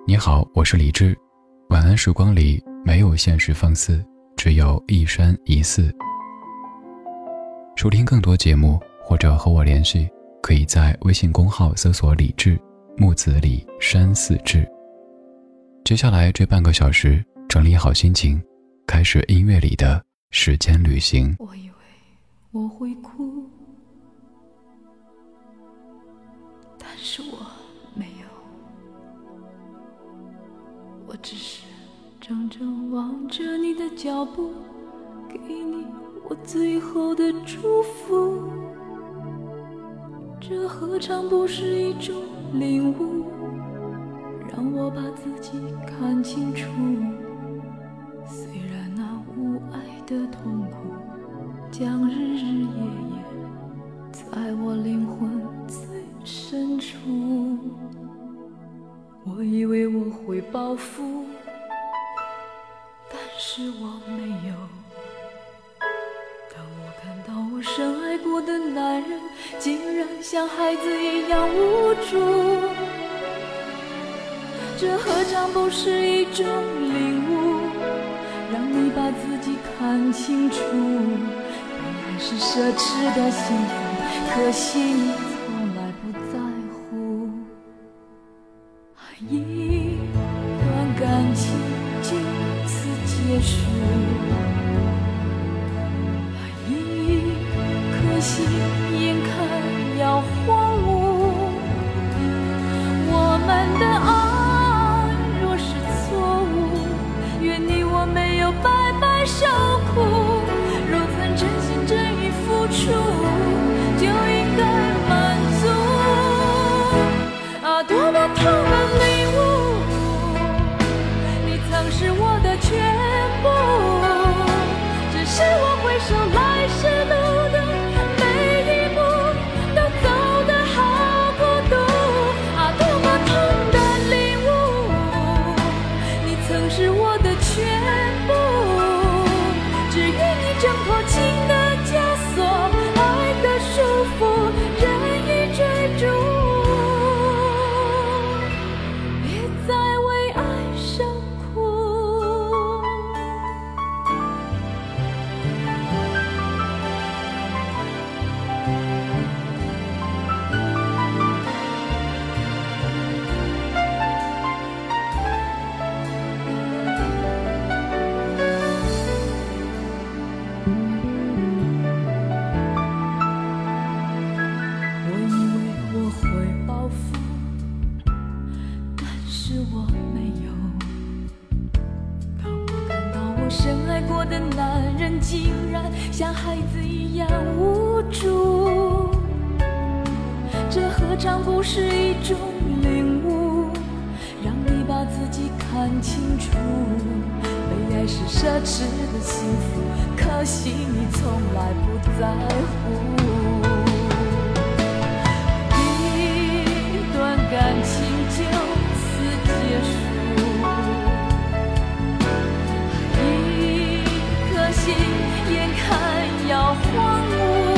你好，我是李志。晚安时光里没有现实放肆，只有一山一寺。收听更多节目或者和我联系，可以在微信公号搜索李志，木子李，山寺志。接下来这半个小时，整理好心情，开始音乐里的时间旅行。 我以为我会哭，但是我没有，我只是怔怔望着你的脚步，给你我最后的祝福。这何尝不是一种领悟，让我把自己看清楚。虽然那无爱的痛苦将日日夜夜在我灵魂最深处，我以为我会报复，但是我没有。当我看到我深爱过的男人竟然像孩子一样无助，这何尝不是一种领悟，让你把自己看清楚。本来是奢侈的幸福，可惜你从来不在乎。一段感情就此结束，一颗心眼看要荒芜。我们的爱若是错误，愿你我没有白白受苦。若曾真心真意付出，就应该满足。啊，多么痛的领悟，你曾是我的全部，只是我回首来时路的每一步都走得好孤独。啊，多么痛的领悟，你曾是我的全部，只愿你挣脱情的枷锁，爱的束缚，任意追逐，别再为爱受苦。我以为我会报复，但是我没有。当我看到我深爱过的男人竟然像孩子一样无助，这何尝不是一种领悟，让你把自己看清楚。被爱是奢侈的幸福，可惜你从来不在乎。一段感情就此结束，一颗心眼看要荒芜。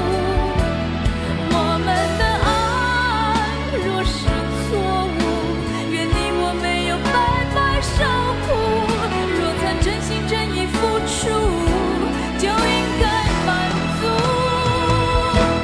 我们的爱若是错误，愿你我没有白白受苦。若曾真心真意付出，就应该满足。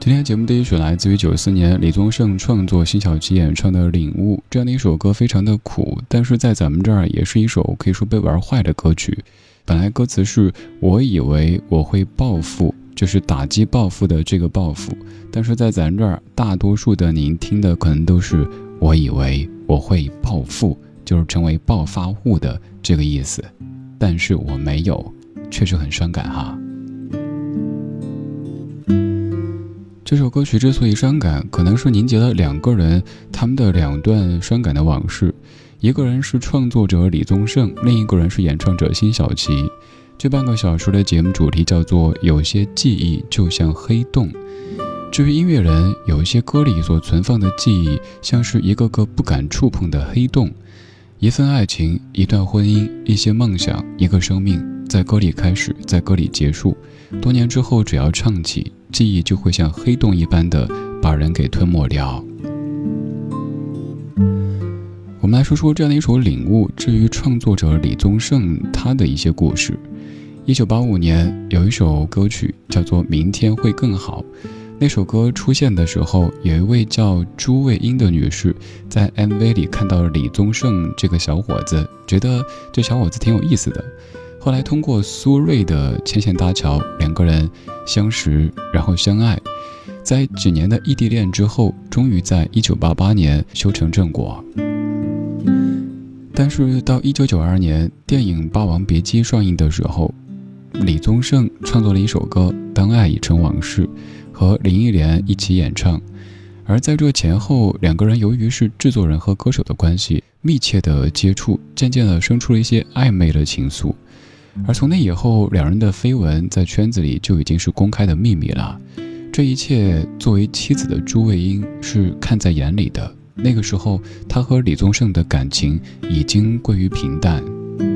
今天节目的一曲来自于94年李宗盛创作、辛晓琪演唱的《领悟》，这样的一首歌非常的苦，但是在咱们这儿也是一首可以说被玩坏的歌曲。本来歌词是我以为我会报复，就是打击报复的这个报复，但是在咱这儿大多数的您听的可能都是我以为我会暴富，就是成为暴发户的这个意思，但是我没有，确实很伤感哈。这首歌曲之所以伤感，可能是凝结了两个人他们的两段伤感的往事，一个人是创作者李宗盛，另一个人是演唱者辛晓琪。这半个小时的节目主题叫做有些记忆就像黑洞。至于音乐人，有一些歌里所存放的记忆像是一个个不敢触碰的黑洞，一份爱情，一段婚姻，一些梦想，一个生命，在歌里开始，在歌里结束，多年之后只要唱起，记忆就会像黑洞一般的把人给吞没掉。我们来说说这样的一首《领悟》，至于创作者李宗盛他的一些故事。1985年有一首歌曲叫做《明天会更好》，那首歌出现的时候，有一位叫朱卫英的女士在 MV 里看到了李宗盛这个小伙子，觉得这小伙子挺有意思的，后来通过苏芮的牵线搭桥，两个人相识然后相爱，在几年的异地恋之后，终于在1988年修成正果。但是到1992年电影《霸王别姬》上映的时候，李宗盛创作了一首歌《当爱已成往事》，和林忆莲一起演唱。而在这前后，两个人由于是制作人和歌手的关系，密切的接触，渐渐的生出了一些暧昧的情愫。而从那以后，两人的绯闻在圈子里就已经是公开的秘密了。这一切作为妻子的朱卫英是看在眼里的。那个时候，他和李宗盛的感情已经归于平淡。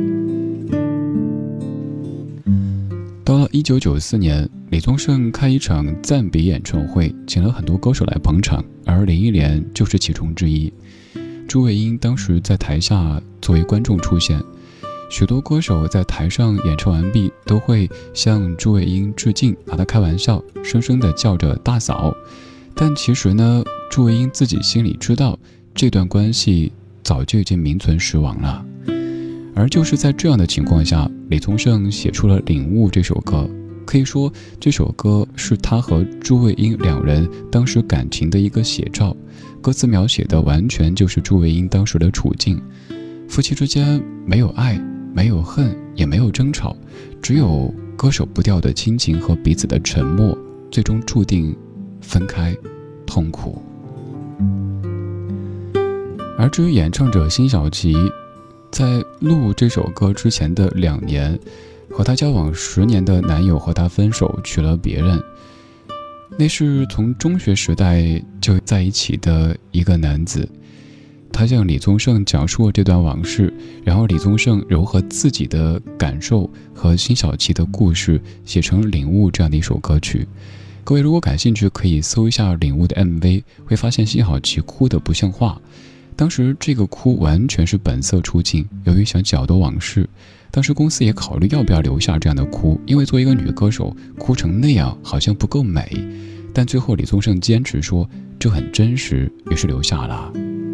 到了1994年，李宗盛开一场暂别演唱会，请了很多歌手来捧场，而林忆莲就是其中之一。朱卫英当时在台下作为观众出现，许多歌手在台上演唱完毕，都会向朱卫英致敬，拿他开玩笑，声声地叫着大嫂。但其实呢，朱卫英自己心里知道，这段关系早就已经名存实亡了。而就是在这样的情况下，李宗盛写出了《领悟》这首歌。可以说，这首歌是他和朱卫英两人当时感情的一个写照。歌词描写的完全就是朱卫英当时的处境。夫妻之间没有爱，没有恨，也没有争吵，只有割舍不掉的亲情和彼此的沉默，最终注定分开，痛苦。而至于演唱者辛晓琪，在录这首歌之前的2年，和她交往10年的男友和她分手，娶了别人。那是从中学时代就在一起的一个男子。他向李宗盛讲述了这段往事，然后李宗盛糅合自己的感受和辛晓琪的故事，写成《领悟》这样的一首歌曲。各位如果感兴趣，可以搜一下《领悟》的 MV， 会发现辛晓琪哭得不像话。当时这个哭完全是本色出镜，由于想搅动往事，当时公司也考虑要不要留下这样的哭，因为作为一个女歌手，哭成那样好像不够美。但最后李宗盛坚持说这很真实，于是留下了。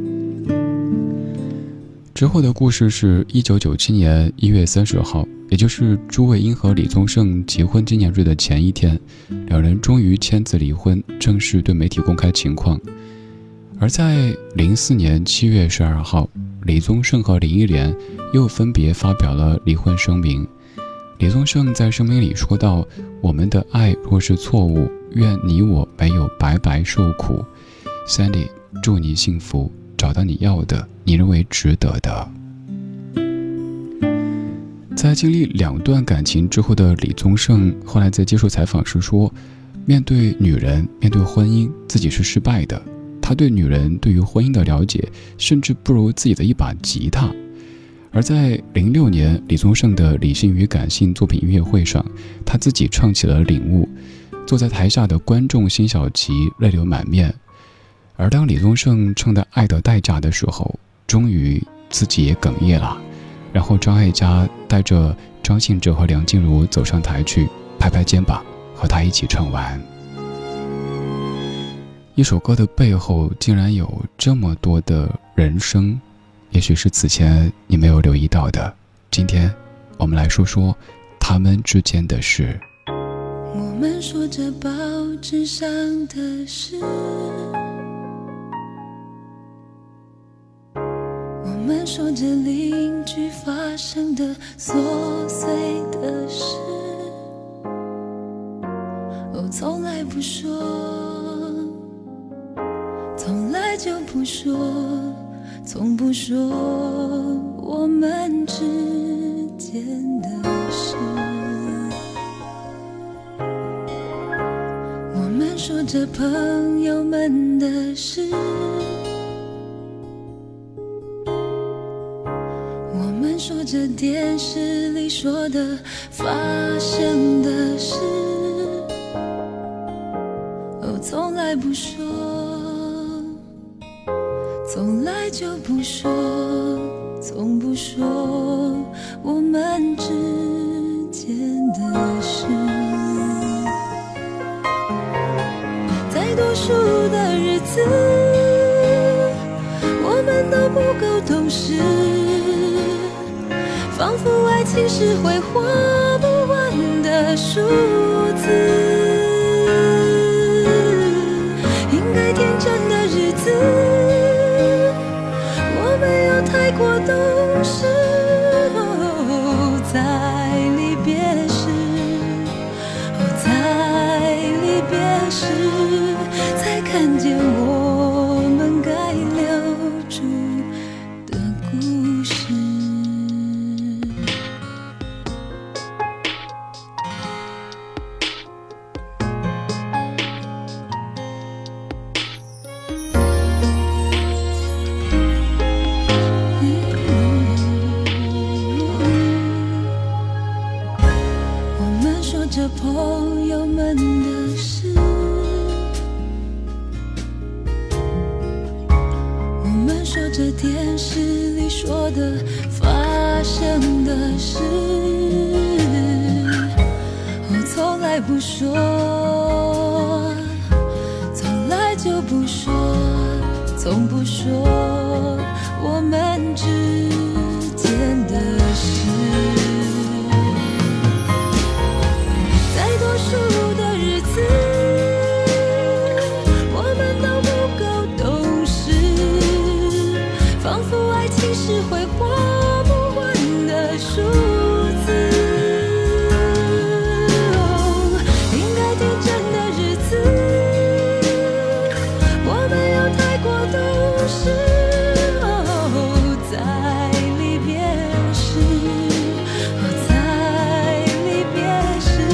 之后的故事是1997年1月30号，也就是朱卫英和李宗盛结婚纪念日的前一天，两人终于签字离婚，正式对媒体公开情况。而在04年7月12号，李宗盛和林忆莲又分别发表了离婚声明。李宗盛在声明里说道：“我们的爱若是错误，愿你我没有白白受苦。Sandy， 祝你幸福，找到你要的，你认为值得的。”在经历2段感情之后的李宗盛，后来在接受采访时说，面对女人，面对婚姻，自己是失败的。他对女人，对于婚姻的了解，甚至不如自己的一把吉他。而在06年李宗盛的理性与感性作品音乐会上，他自己唱起了《领悟》，坐在台下的观众辛晓琪泪流满面。而当李宗盛唱的《爱的代价》的时候，终于自己也哽咽了。然后张艾嘉带着张信哲和梁静茹走上台去，拍拍肩膀，和他一起唱完。 一首歌的背后竟然有这么多的人生，也许是此前你没有留意到的。今天我们来说说他们之间的事。 我们说着报纸上的事，我们说着邻居发生的琐碎的事，从来不说，从来就不说，从不说我们之间的事。我们说着朋友们的事，我们说着电视里说的发生的事，从来不说，从来就不说，从不说我们之间的事。在多数的日子，我们都不够懂事，仿佛爱情是会花不完的数字。天真的日子，我没有太过懂事，在离别时，在离别时，才看见我们该留住的故事。着朋友们的事，我们说着电视里说的发生的事，从来不说，从来就不说，从不说我们之间的事。多数的日子，我们都不够懂事，仿佛爱情是会花不完的数字。应该天真的日子，我没有太过懂事，在离别时，在离别时。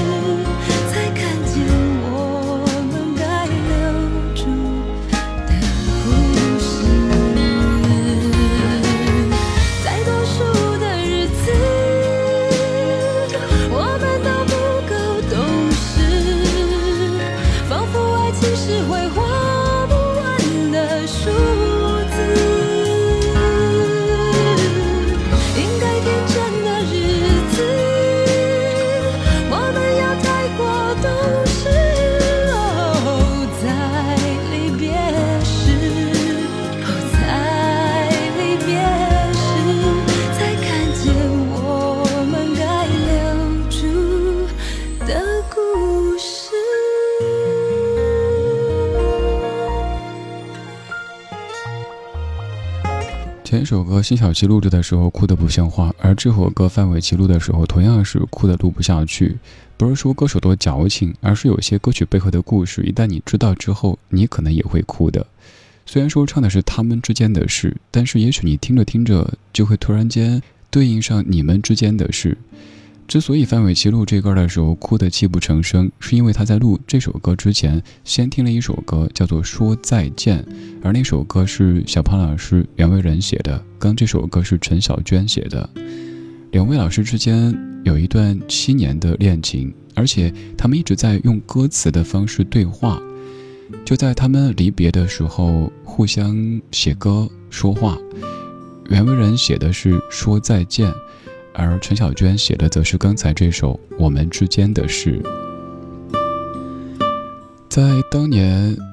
前一首歌辛晓琪录制的时候哭得不像话，而这首歌范玮琪录的时候同样是哭得录不下去。不是说歌手多矫情，而是有些歌曲背后的故事，一旦你知道之后，你可能也会哭的。虽然说唱的是他们之间的事，但是也许你听着听着就会突然间对应上你们之间的事。之所以范玮琪录这歌的时候哭得泣不成声，是因为他在录这首歌之前先听了一首歌叫做《说再见》，而那首歌是小胖老师袁惟仁写的，刚这首歌是陈小娟写的。两位老师之间有一段7年的恋情，而且他们一直在用歌词的方式对话，就在他们离别的时候互相写歌说话。袁惟仁写的是说再见，而陈小娟写的则是刚才这首我们之间的事。在当年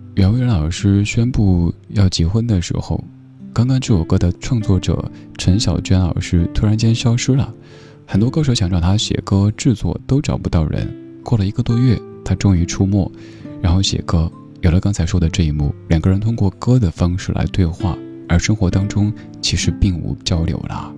袁惟仁老师宣布要结婚的时候，刚刚这首歌的创作者陈小娟老师突然间消失了，很多歌手想找他写歌制作都找不到人。过了1个多月，他终于出没，然后写歌，有了刚才说的这一幕，两个人通过歌的方式来对话，而生活当中其实并无交流啦。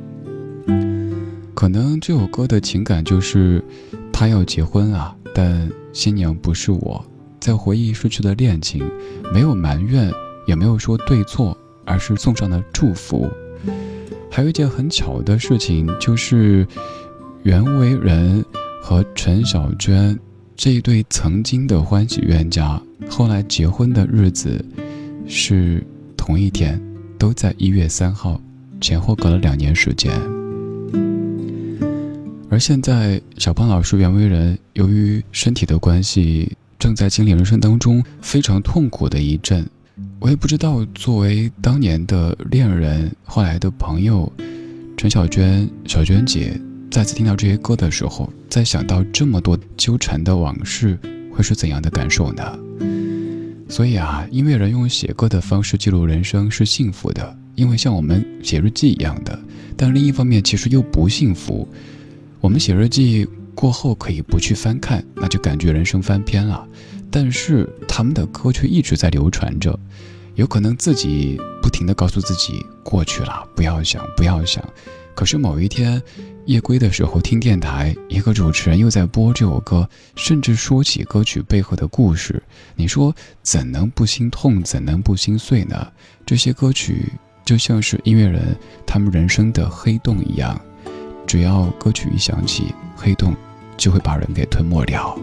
可能这首歌的情感就是他要结婚啊，但新娘不是我，在回忆失去的恋情，没有埋怨，也没有说对错，而是送上了祝福。还有一件很巧的事情，就是袁惟仁和陈小娟这一对曾经的欢喜冤家，后来结婚的日子是同一天，都在1月3号，前后隔了2年时间。而现在小胖老师袁惟仁由于身体的关系，正在经历人生当中非常痛苦的一阵。我也不知道作为当年的恋人，后来的朋友，陈小娟小娟姐再次听到这些歌的时候，再想到这么多纠缠的往事，会是怎样的感受呢？所以啊，音乐人用写歌的方式记录人生是幸福的，因为像我们写日记一样的，但另一方面其实又不幸福。我们写日记过后可以不去翻看，那就感觉人生翻篇了，但是他们的歌却一直在流传着。有可能自己不停地告诉自己过去了，不要想不要想，可是某一天夜归的时候听电台，一个主持人又在播这首歌，甚至说起歌曲背后的故事，你说怎能不心痛，怎能不心碎呢？这些歌曲就像是音乐人他们人生的黑洞一样，只要歌曲一响起，黑洞就会把人给吞没了。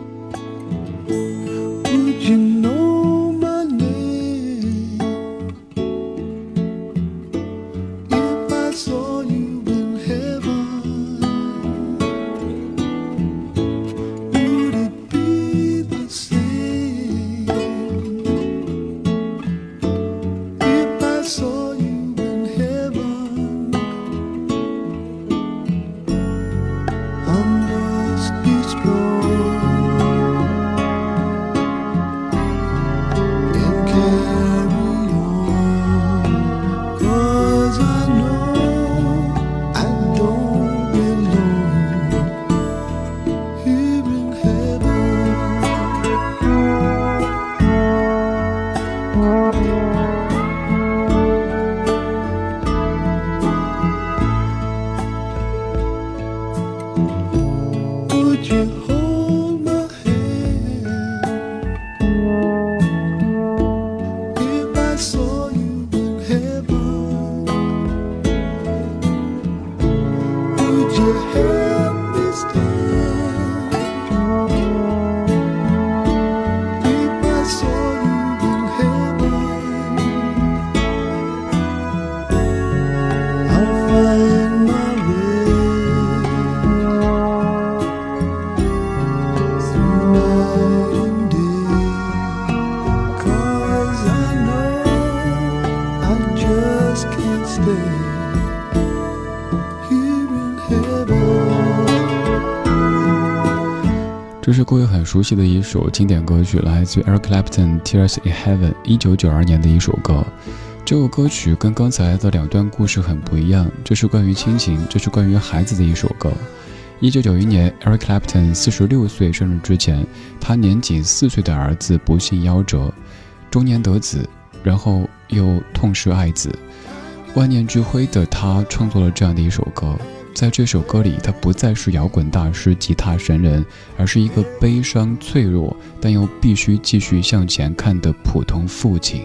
这是各位很熟悉的一首经典歌曲，来自于 Eric Clapton Tears in Heaven 1992年的一首歌。这首歌曲跟刚才的2段故事很不一样，这是关于亲情，这是关于孩子的一首歌。1991年 Eric Clapton 46岁生日之前，他年仅4岁的儿子不幸夭折，中年得子，然后又痛失爱子，万念俱灰的他创作了这样的一首歌。在这首歌里，他不再是摇滚大师、吉他神人，而是一个悲伤脆弱但又必须继续向前看的普通父亲。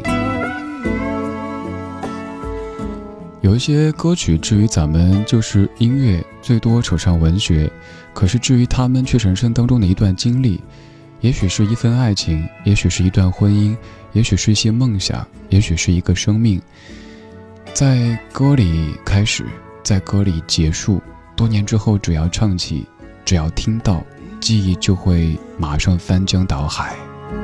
有一些歌曲至于咱们就是音乐，最多扯上文学，可是至于他们却是人生当中的一段经历，也许是一份爱情，也许是一段婚姻，也许是一些梦想，也许是一个生命。在歌里开始，在歌里结束，多年之后只要唱起，只要听到，记忆就会马上翻江倒海。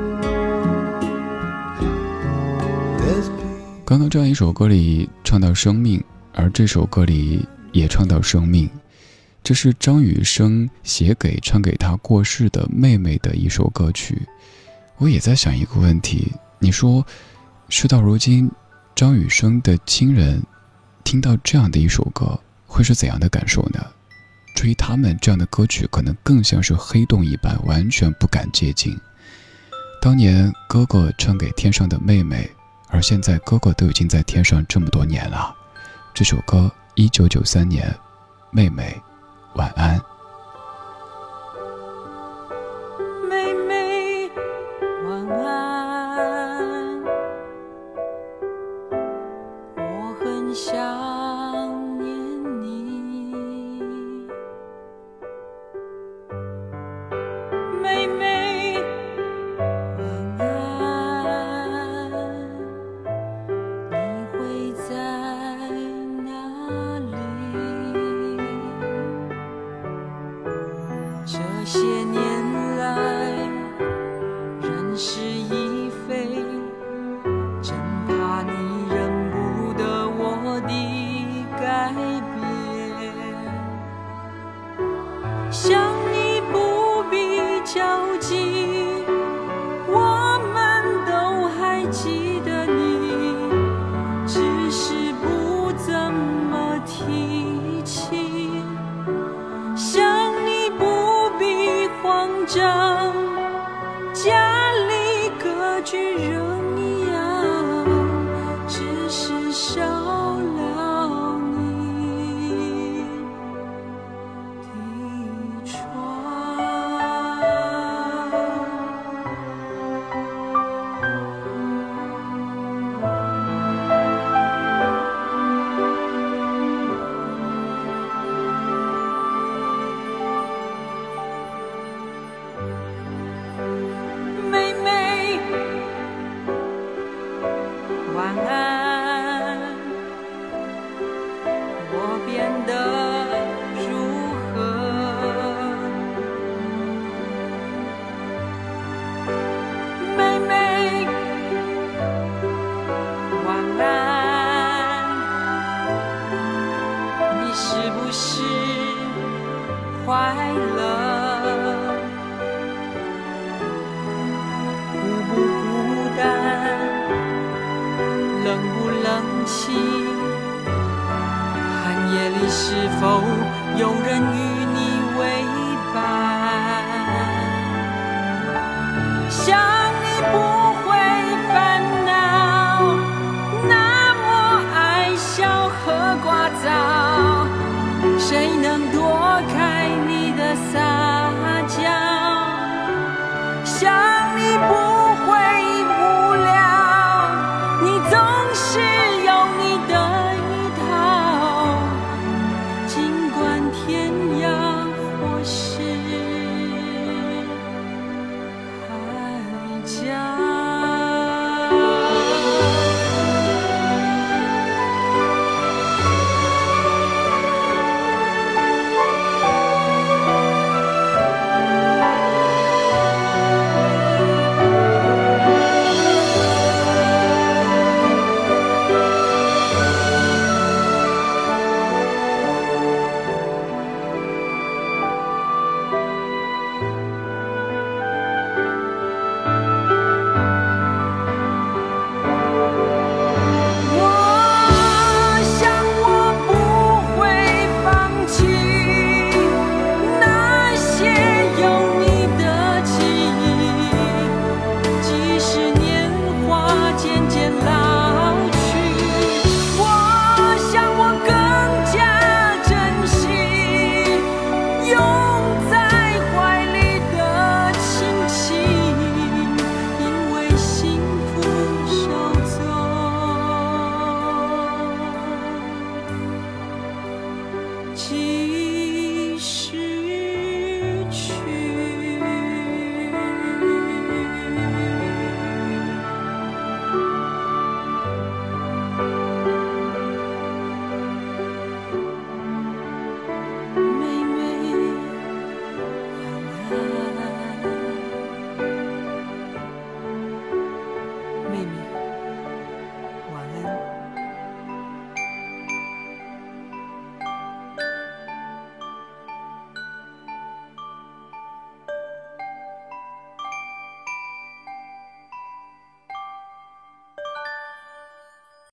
刚刚这样一首歌里唱到生命，而这首歌里也唱到生命，这是张雨生写给唱给他过世的妹妹的一首歌曲。我也在想一个问题， 你说，事到如今，张雨生的亲人听到这样的一首歌，会是怎样的感受呢？至于他们，这样的歌曲可能更像是黑洞一般，完全不敢接近。当年哥哥唱给天上的妹妹，而现在哥哥都已经在天上这么多年了。这首歌1993年，妹妹晚安。 妹妹晚安，我很想念你。妹妹晚安，你会在哪里？这些年来人事已非，真怕你认不得我的改变。想你不必焦急，我们都还记得你，只是不怎么提起。想你不必慌张，家里歌剧仍一样，只是少了你的床。妹妹晚安，我变得如何？妹妹晚安，你是不是快乐？孤不孤单，冷不冷清？寒夜里是否有人与